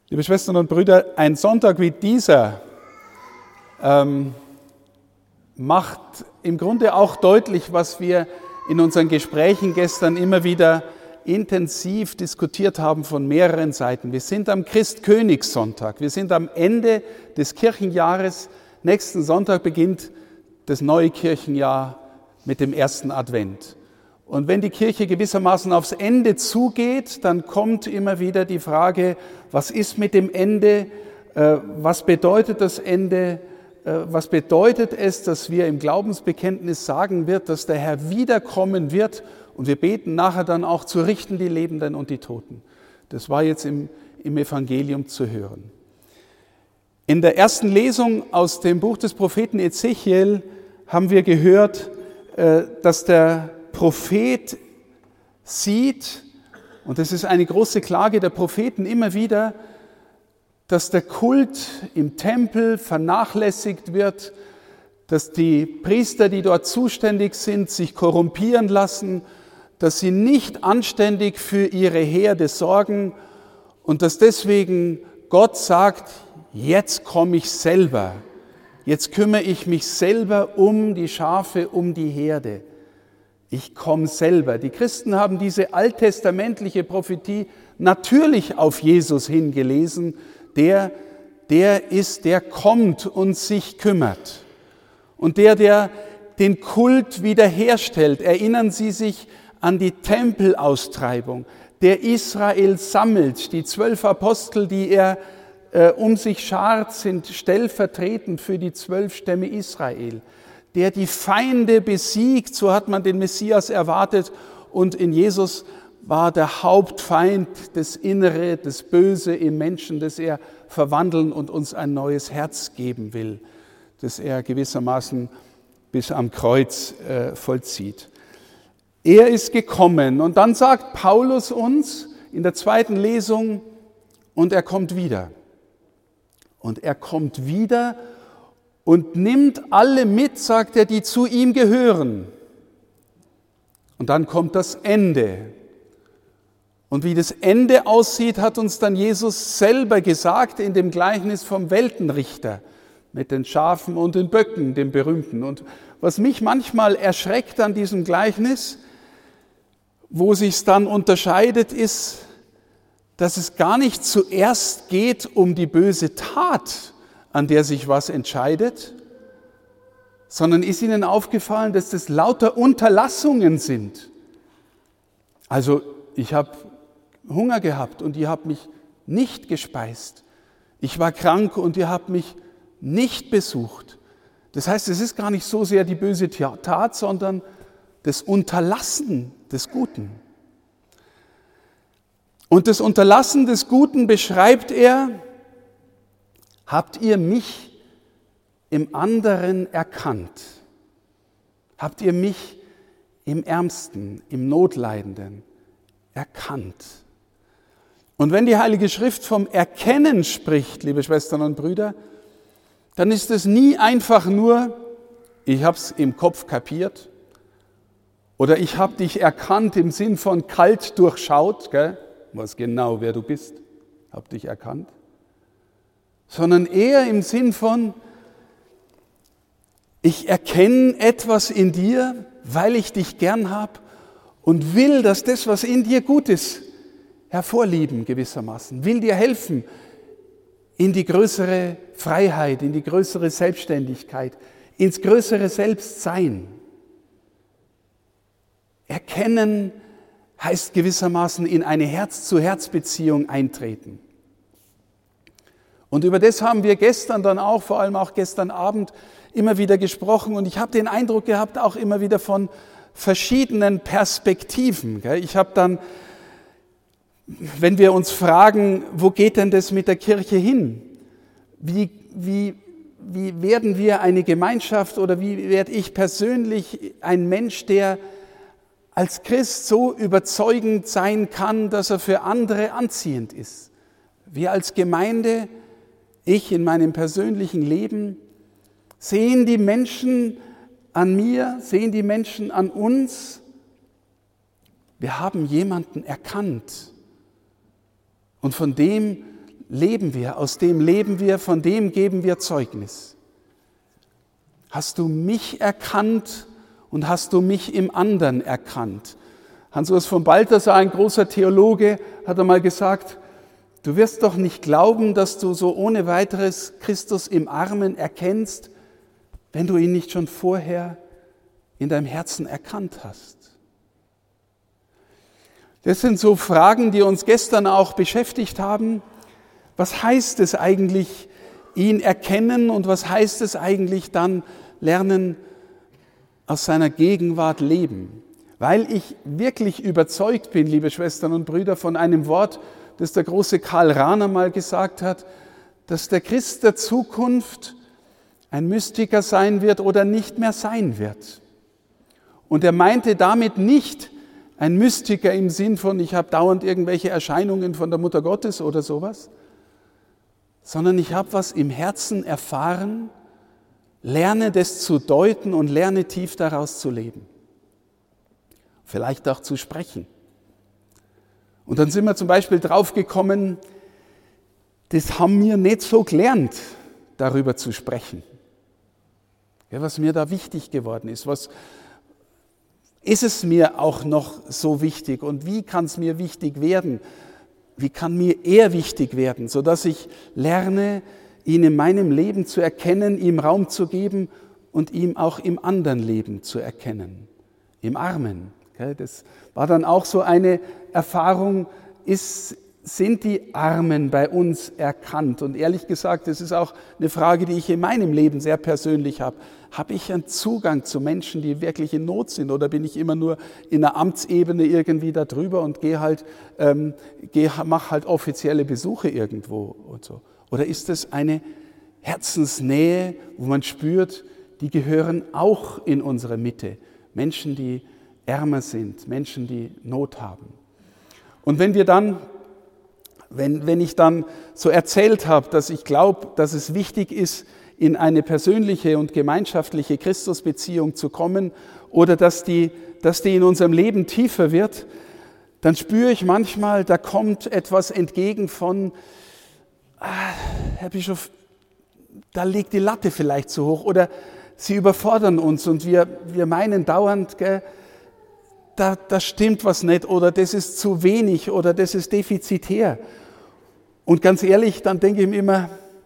Liebe Schwestern und Brüder, ein Sonntag wie dieser macht im Grunde auch deutlich, was wir in unseren Gesprächen gestern immer wieder intensiv diskutiert haben von mehreren Seiten. Wir sind am Christkönigssonntag, wir sind am Ende des Kirchenjahres. Nächsten Sonntag beginnt das neue Kirchenjahr mit dem ersten Advent. Und wenn die Kirche gewissermaßen aufs Ende zugeht, dann kommt immer wieder die Frage, was ist mit dem Ende? Was bedeutet das Ende? Was bedeutet es, dass wir im Glaubensbekenntnis sagen wird, dass der Herr wiederkommen wird? Und wir beten nachher dann auch, zu richten die Lebenden und die Toten. Das war jetzt im Evangelium zu hören. In der ersten Lesung aus dem Buch des Propheten Ezechiel haben wir gehört, dass der Prophet sieht, und das ist eine große Klage der Propheten immer wieder, dass der Kult im Tempel vernachlässigt wird, dass die Priester, die dort zuständig sind, sich korrumpieren lassen, dass sie nicht anständig für ihre Herde sorgen und dass deswegen Gott sagt, jetzt komme ich selber, jetzt kümmere ich mich selber um die Schafe, um die Herde. Ich komme selber. Die Christen haben diese alttestamentliche Prophetie natürlich auf Jesus hingelesen. Der kommt und sich kümmert. Und der den Kult wiederherstellt. Erinnern Sie sich an die Tempelaustreibung. Der Israel sammelt. Die 12 Apostel, die er um sich schart, sind stellvertretend für die 12 Stämme Israel. Der die Feinde besiegt, so hat man den Messias erwartet, und in Jesus war der Hauptfeind das Innere, das Böse im Menschen, das er verwandeln und uns ein neues Herz geben will, das er gewissermaßen bis am Kreuz vollzieht. Er ist gekommen, und dann sagt Paulus uns in der zweiten Lesung, und er kommt wieder. Und er kommt wieder und nimmt alle mit, sagt er, die zu ihm gehören. Und dann kommt das Ende. Und wie das Ende aussieht, hat uns dann Jesus selber gesagt in dem Gleichnis vom Weltenrichter mit den Schafen und den Böcken, dem berühmten. Und was mich manchmal erschreckt an diesem Gleichnis, wo sich's dann unterscheidet, ist, dass es gar nicht zuerst geht um die böse Tat, an der sich was entscheidet, sondern ist Ihnen aufgefallen, dass das lauter Unterlassungen sind. Also ich habe Hunger gehabt und ihr habt mich nicht gespeist. Ich war krank und ihr habt mich nicht besucht. Das heißt, es ist gar nicht so sehr die böse Tat, sondern das Unterlassen des Guten. Und das Unterlassen des Guten beschreibt er: Habt ihr mich im anderen erkannt? Habt ihr mich im Ärmsten, im Notleidenden erkannt? Und wenn die Heilige Schrift vom Erkennen spricht, liebe Schwestern und Brüder, dann ist es nie einfach nur, ich habe es im Kopf kapiert oder ich habe dich erkannt im Sinn von kalt durchschaut, gell? Was genau, wer du bist, habe dich erkannt. Sondern eher im Sinn von, ich erkenne etwas in dir, weil ich dich gern habe und will, dass das, was in dir gut ist, hervorlieben gewissermaßen, will dir helfen in die größere Freiheit, in die größere Selbstständigkeit, ins größere Selbstsein. Erkennen heißt gewissermaßen in eine Herz-zu-Herz-Beziehung eintreten. Und über das haben wir gestern dann auch, vor allem auch gestern Abend, immer wieder gesprochen. Und ich habe den Eindruck gehabt, auch immer wieder von verschiedenen Perspektiven. Ich habe dann, wenn wir uns fragen, wo geht denn das mit der Kirche hin? Wie werden wir eine Gemeinschaft oder wie werde ich persönlich ein Mensch, der als Christ so überzeugend sein kann, dass er für andere anziehend ist? Wir als Gemeinde, ich in meinem persönlichen Leben, sehen die Menschen an mir, sehen die Menschen an uns, wir haben jemanden erkannt und von dem leben wir, aus dem leben wir, von dem geben wir Zeugnis. Hast du mich erkannt und hast du mich im anderen erkannt? Hans-Urs von Balthasar, ein großer Theologe, hat einmal gesagt, du wirst doch nicht glauben, dass du so ohne weiteres Christus im Armen erkennst, wenn du ihn nicht schon vorher in deinem Herzen erkannt hast. Das sind so Fragen, die uns gestern auch beschäftigt haben. Was heißt es eigentlich, ihn erkennen, und was heißt es eigentlich dann lernen, aus seiner Gegenwart leben? Weil ich wirklich überzeugt bin, liebe Schwestern und Brüder, von einem Wort, das der große Karl Rahner mal gesagt hat, dass der Christ der Zukunft ein Mystiker sein wird oder nicht mehr sein wird. Und er meinte damit nicht ein Mystiker im Sinn von, ich habe dauernd irgendwelche Erscheinungen von der Mutter Gottes oder sowas, sondern ich habe was im Herzen erfahren, lerne das zu deuten und lerne tief daraus zu leben. Vielleicht auch zu sprechen. Und dann sind wir zum Beispiel draufgekommen, das haben wir nicht so gelernt, darüber zu sprechen. Ja, was mir da wichtig geworden ist, was ist es mir auch noch so wichtig und wie kann es mir wichtig werden? Wie kann mir er wichtig werden, sodass ich lerne, ihn in meinem Leben zu erkennen, ihm Raum zu geben und ihm auch im anderen Leben zu erkennen, im Armen. Das war dann auch so eine Erfahrung, sind die Armen bei uns erkannt? Und ehrlich gesagt, das ist auch eine Frage, die ich in meinem Leben sehr persönlich habe. Habe ich einen Zugang zu Menschen, die wirklich in Not sind? Oder bin ich immer nur in einer Amtsebene irgendwie da drüber und mache halt offizielle Besuche irgendwo und so? Oder ist das eine Herzensnähe, wo man spürt, die gehören auch in unsere Mitte? Menschen, die ärmer sind, Menschen, die Not haben. Und wenn ich dann so erzählt habe, dass ich glaube, dass es wichtig ist, in eine persönliche und gemeinschaftliche Christusbeziehung zu kommen oder dass die in unserem Leben tiefer wird, dann spüre ich manchmal, da kommt etwas entgegen von, Herr Bischof, da liegt die Latte vielleicht zu hoch oder sie überfordern uns und wir meinen dauernd, gell, da stimmt was nicht oder das ist zu wenig oder das ist defizitär. Und ganz ehrlich, dann denke ich mir immer,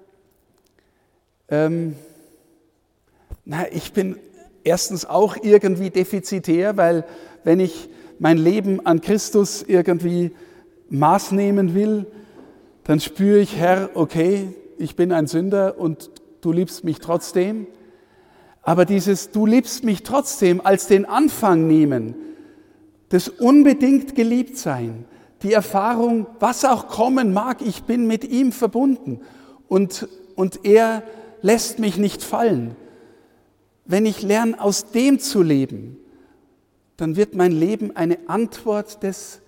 ich bin erstens auch irgendwie defizitär, weil wenn ich mein Leben an Christus irgendwie Maß nehmen will, dann spüre ich, Herr, okay, ich bin ein Sünder und du liebst mich trotzdem. Aber dieses Du liebst mich trotzdem als den Anfang nehmen, das unbedingt geliebt sein, die Erfahrung, was auch kommen mag, ich bin mit ihm verbunden und er lässt mich nicht fallen. Wenn ich lerne, aus dem zu leben, dann wird mein Leben eine Antwort des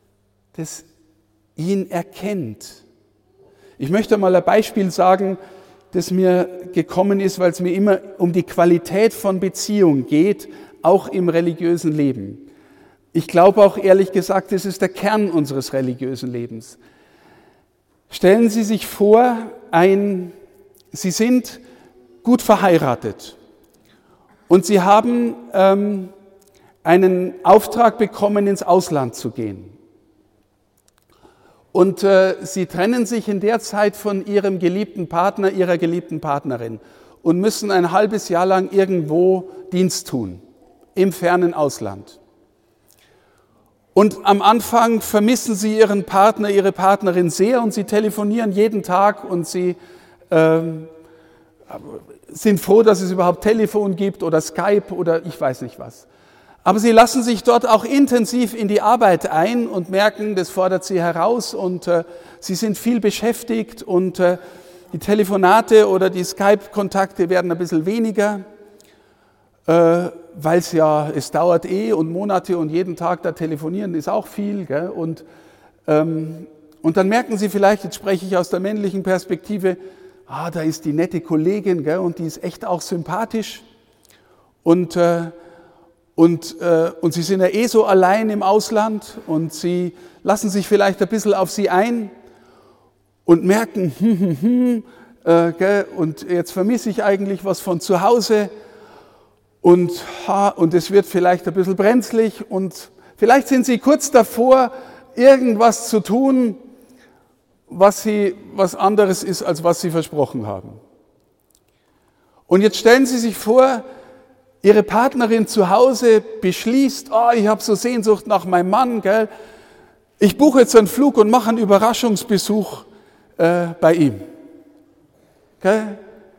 ihn erkennt. Ich möchte mal ein Beispiel sagen, das mir gekommen ist, weil es mir immer um die Qualität von Beziehung geht, auch im religiösen Leben. Ich glaube auch ehrlich gesagt, das ist der Kern unseres religiösen Lebens. Stellen Sie sich vor, Sie sind gut verheiratet und Sie haben einen Auftrag bekommen, ins Ausland zu gehen. Und Sie trennen sich in der Zeit von Ihrem geliebten Partner, Ihrer geliebten Partnerin und müssen ein halbes Jahr lang irgendwo Dienst tun, im fernen Ausland. Und am Anfang vermissen Sie Ihren Partner, Ihre Partnerin sehr und Sie telefonieren jeden Tag und Sie sind froh, dass es überhaupt Telefon gibt oder Skype oder ich weiß nicht was. Aber Sie lassen sich dort auch intensiv in die Arbeit ein und merken, das fordert Sie heraus und Sie sind viel beschäftigt und die Telefonate oder die Skype-Kontakte werden ein bisschen weniger. Weil es dauert und Monate und jeden Tag da telefonieren ist auch viel. Gell? Und dann merken Sie vielleicht, jetzt spreche ich aus der männlichen Perspektive, da ist die nette Kollegin, gell? Und die ist echt auch sympathisch. Und Sie sind ja so allein im Ausland und Sie lassen sich vielleicht ein bisschen auf sie ein. und merken, und jetzt vermisse ich eigentlich was von zu Hause und es wird vielleicht ein bisschen brenzlig und vielleicht sind sie kurz davor, irgendwas zu tun, was anderes ist, als was sie versprochen haben. Und jetzt stellen Sie sich vor, Ihre Partnerin zu Hause beschließt, ich habe so Sehnsucht nach meinem Mann, gell? Ich buche jetzt einen Flug und mache einen Überraschungsbesuch bei ihm. Gell?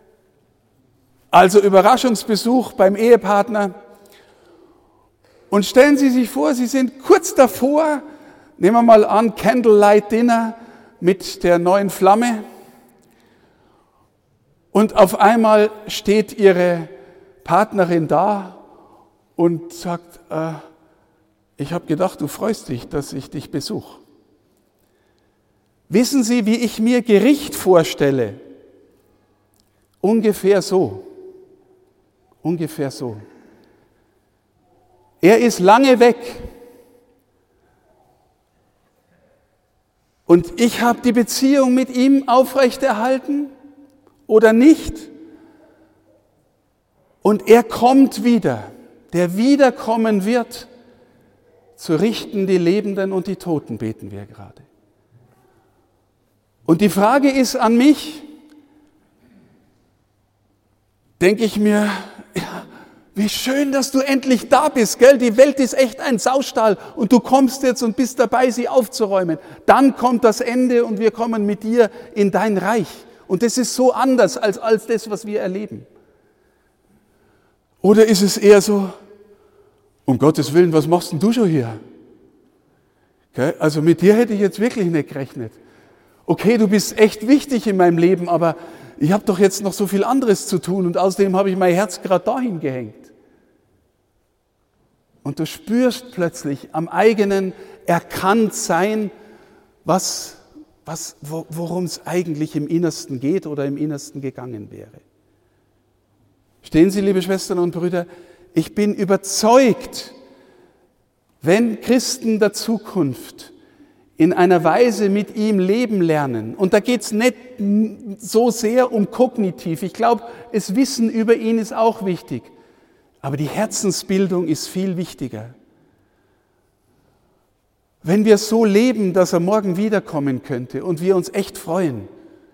Also Überraschungsbesuch beim Ehepartner. Und stellen Sie sich vor, Sie sind kurz davor, nehmen wir mal an, Candlelight Dinner mit der neuen Flamme. Und auf einmal steht Ihre Partnerin da und sagt, ich habe gedacht, du freust dich, dass ich dich besuche. Wissen Sie, wie ich mir Gericht vorstelle? Ungefähr so. Ungefähr so. Er ist lange weg. Und ich habe die Beziehung mit ihm aufrechterhalten oder nicht. Und er kommt wieder, der wiederkommen wird. Zu richten die Lebenden und die Toten, beten wir gerade. Und die Frage ist an mich, denke ich mir, ja, wie schön, dass du endlich da bist, gell? Die Welt ist echt ein Saustall und du kommst jetzt und bist dabei, sie aufzuräumen. Dann kommt das Ende und wir kommen mit dir in dein Reich. Und das ist so anders als das, was wir erleben. Oder ist es eher so, um Gottes Willen, was machst denn du schon hier? Okay, also mit dir hätte ich jetzt wirklich nicht gerechnet. Okay, du bist echt wichtig in meinem Leben, aber ich habe doch jetzt noch so viel anderes zu tun und außerdem habe ich mein Herz gerade dahin gehängt. Und du spürst plötzlich am eigenen Erkanntsein, worum es eigentlich im Innersten geht oder im Innersten gegangen wäre. Stehen Sie, liebe Schwestern und Brüder, ich bin überzeugt, wenn Christen der Zukunft in einer Weise mit ihm leben lernen, und da geht es nicht so sehr um kognitiv, ich glaube, das Wissen über ihn ist auch wichtig, aber die Herzensbildung ist viel wichtiger. Wenn wir so leben, dass er morgen wiederkommen könnte und wir uns echt freuen,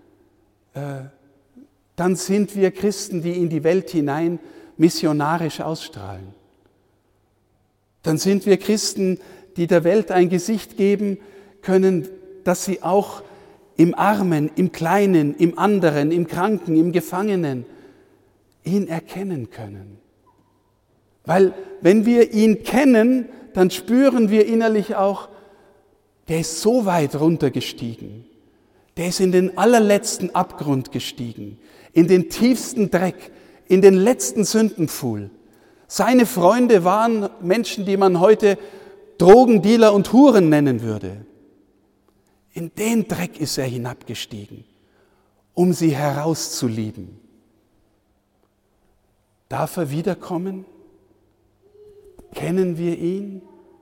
dann sind wir Christen, die in die Welt hinein missionarisch ausstrahlen. Dann sind wir Christen, die der Welt ein Gesicht geben können, dass sie auch im Armen, im Kleinen, im Anderen, im Kranken, im Gefangenen ihn erkennen können. Weil wenn wir ihn kennen, dann spüren wir innerlich auch, der ist so weit runtergestiegen. Der ist in den allerletzten Abgrund gestiegen, in den tiefsten Dreck, in den letzten Sündenpfuhl. Seine Freunde waren Menschen, die man heute Drogendealer und Huren nennen würde. In den Dreck ist er hinabgestiegen, um sie herauszulieben. Darf er wiederkommen? Kennen wir ihn?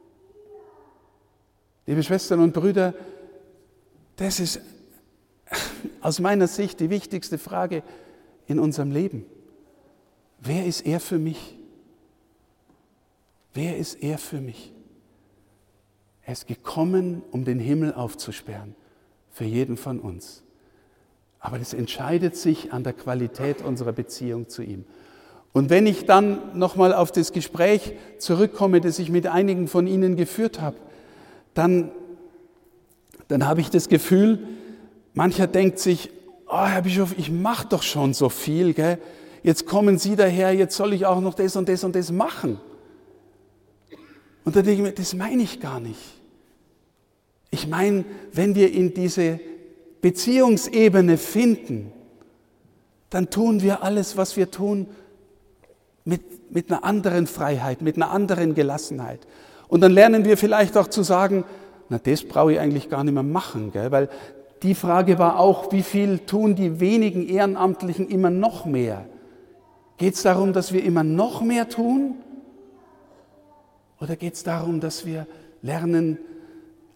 Liebe Schwestern und Brüder, das ist aus meiner Sicht die wichtigste Frage in unserem Leben. Wer ist er für mich? Wer ist er für mich? Er ist gekommen, um den Himmel aufzusperren, für jeden von uns. Aber das entscheidet sich an der Qualität unserer Beziehung zu ihm. Und wenn ich dann nochmal auf das Gespräch zurückkomme, das ich mit einigen von Ihnen geführt habe, dann habe ich das Gefühl, mancher denkt sich, Herr Bischof, ich mache doch schon so viel, gell? Jetzt kommen Sie daher, jetzt soll ich auch noch das und das und das machen. Und dann denke ich mir, das meine ich gar nicht. Ich meine, wenn wir in diese Beziehungsebene finden, dann tun wir alles, was wir tun, mit einer anderen Freiheit, mit einer anderen Gelassenheit. Und dann lernen wir vielleicht auch zu sagen, na, das brauche ich eigentlich gar nicht mehr machen, gell? Weil die Frage war auch, wie viel tun die wenigen Ehrenamtlichen immer noch mehr? Geht es darum, dass wir immer noch mehr tun? Oder geht es darum, dass wir lernen,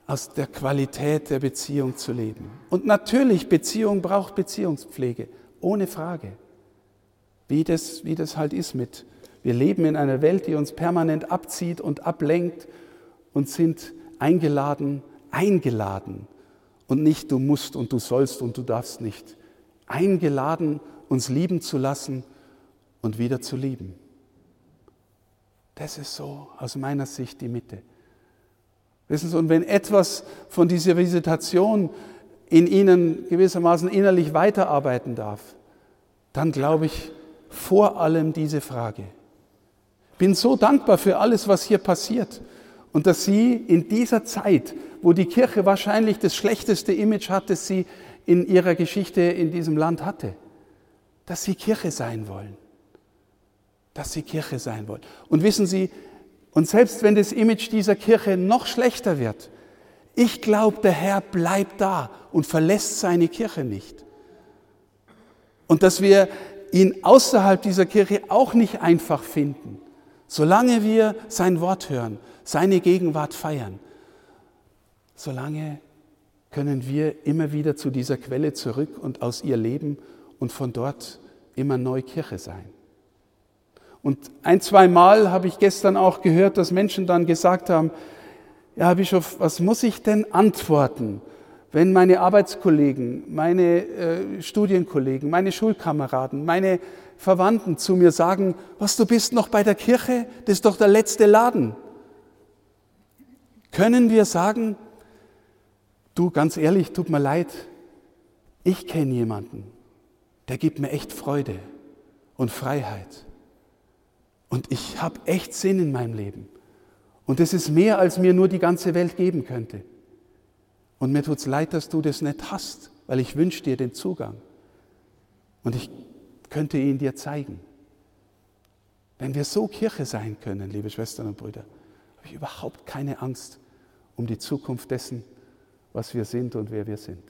aus der Qualität der Beziehung zu leben. Und natürlich, Beziehung braucht Beziehungspflege, ohne Frage. Wie das halt ist mit. Wir leben in einer Welt, die uns permanent abzieht und ablenkt und sind eingeladen und nicht du musst und du sollst und du darfst nicht. Eingeladen, uns lieben zu lassen und wieder zu lieben. Das ist so aus meiner Sicht die Mitte. Wissen Sie, und wenn etwas von dieser Visitation in Ihnen gewissermaßen innerlich weiterarbeiten darf, dann glaube ich vor allem diese Frage. Ich bin so dankbar für alles, was hier passiert und dass Sie in dieser Zeit, wo die Kirche wahrscheinlich das schlechteste Image hat, das sie in ihrer Geschichte in diesem Land hatte, dass Sie Kirche sein wollen. Dass Sie Kirche sein wollen. Und wissen Sie, und selbst wenn das Image dieser Kirche noch schlechter wird, ich glaube, der Herr bleibt da und verlässt seine Kirche nicht. Und dass wir ihn außerhalb dieser Kirche auch nicht einfach finden, solange wir sein Wort hören, seine Gegenwart feiern, solange können wir immer wieder zu dieser Quelle zurück und aus ihr leben und von dort immer neu Kirche sein. Und 1-2 Mal habe ich gestern auch gehört, dass Menschen dann gesagt haben, ja, Herr Bischof, was muss ich denn antworten, wenn meine Arbeitskollegen, meine Studienkollegen, meine Schulkameraden, meine Verwandten zu mir sagen, was, du bist noch bei der Kirche? Das ist doch der letzte Laden. Können wir sagen, du, ganz ehrlich, tut mir leid, ich kenne jemanden, der gibt mir echt Freude und Freiheit. Und ich habe echt Sinn in meinem Leben. Und das ist mehr, als mir nur die ganze Welt geben könnte. Und mir tut es leid, dass du das nicht hast, weil ich wünsche dir den Zugang. Und ich könnte ihn dir zeigen. Wenn wir so Kirche sein können, liebe Schwestern und Brüder, habe ich überhaupt keine Angst um die Zukunft dessen, was wir sind und wer wir sind.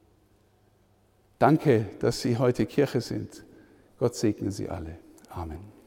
Danke, dass Sie heute Kirche sind. Gott segne Sie alle. Amen.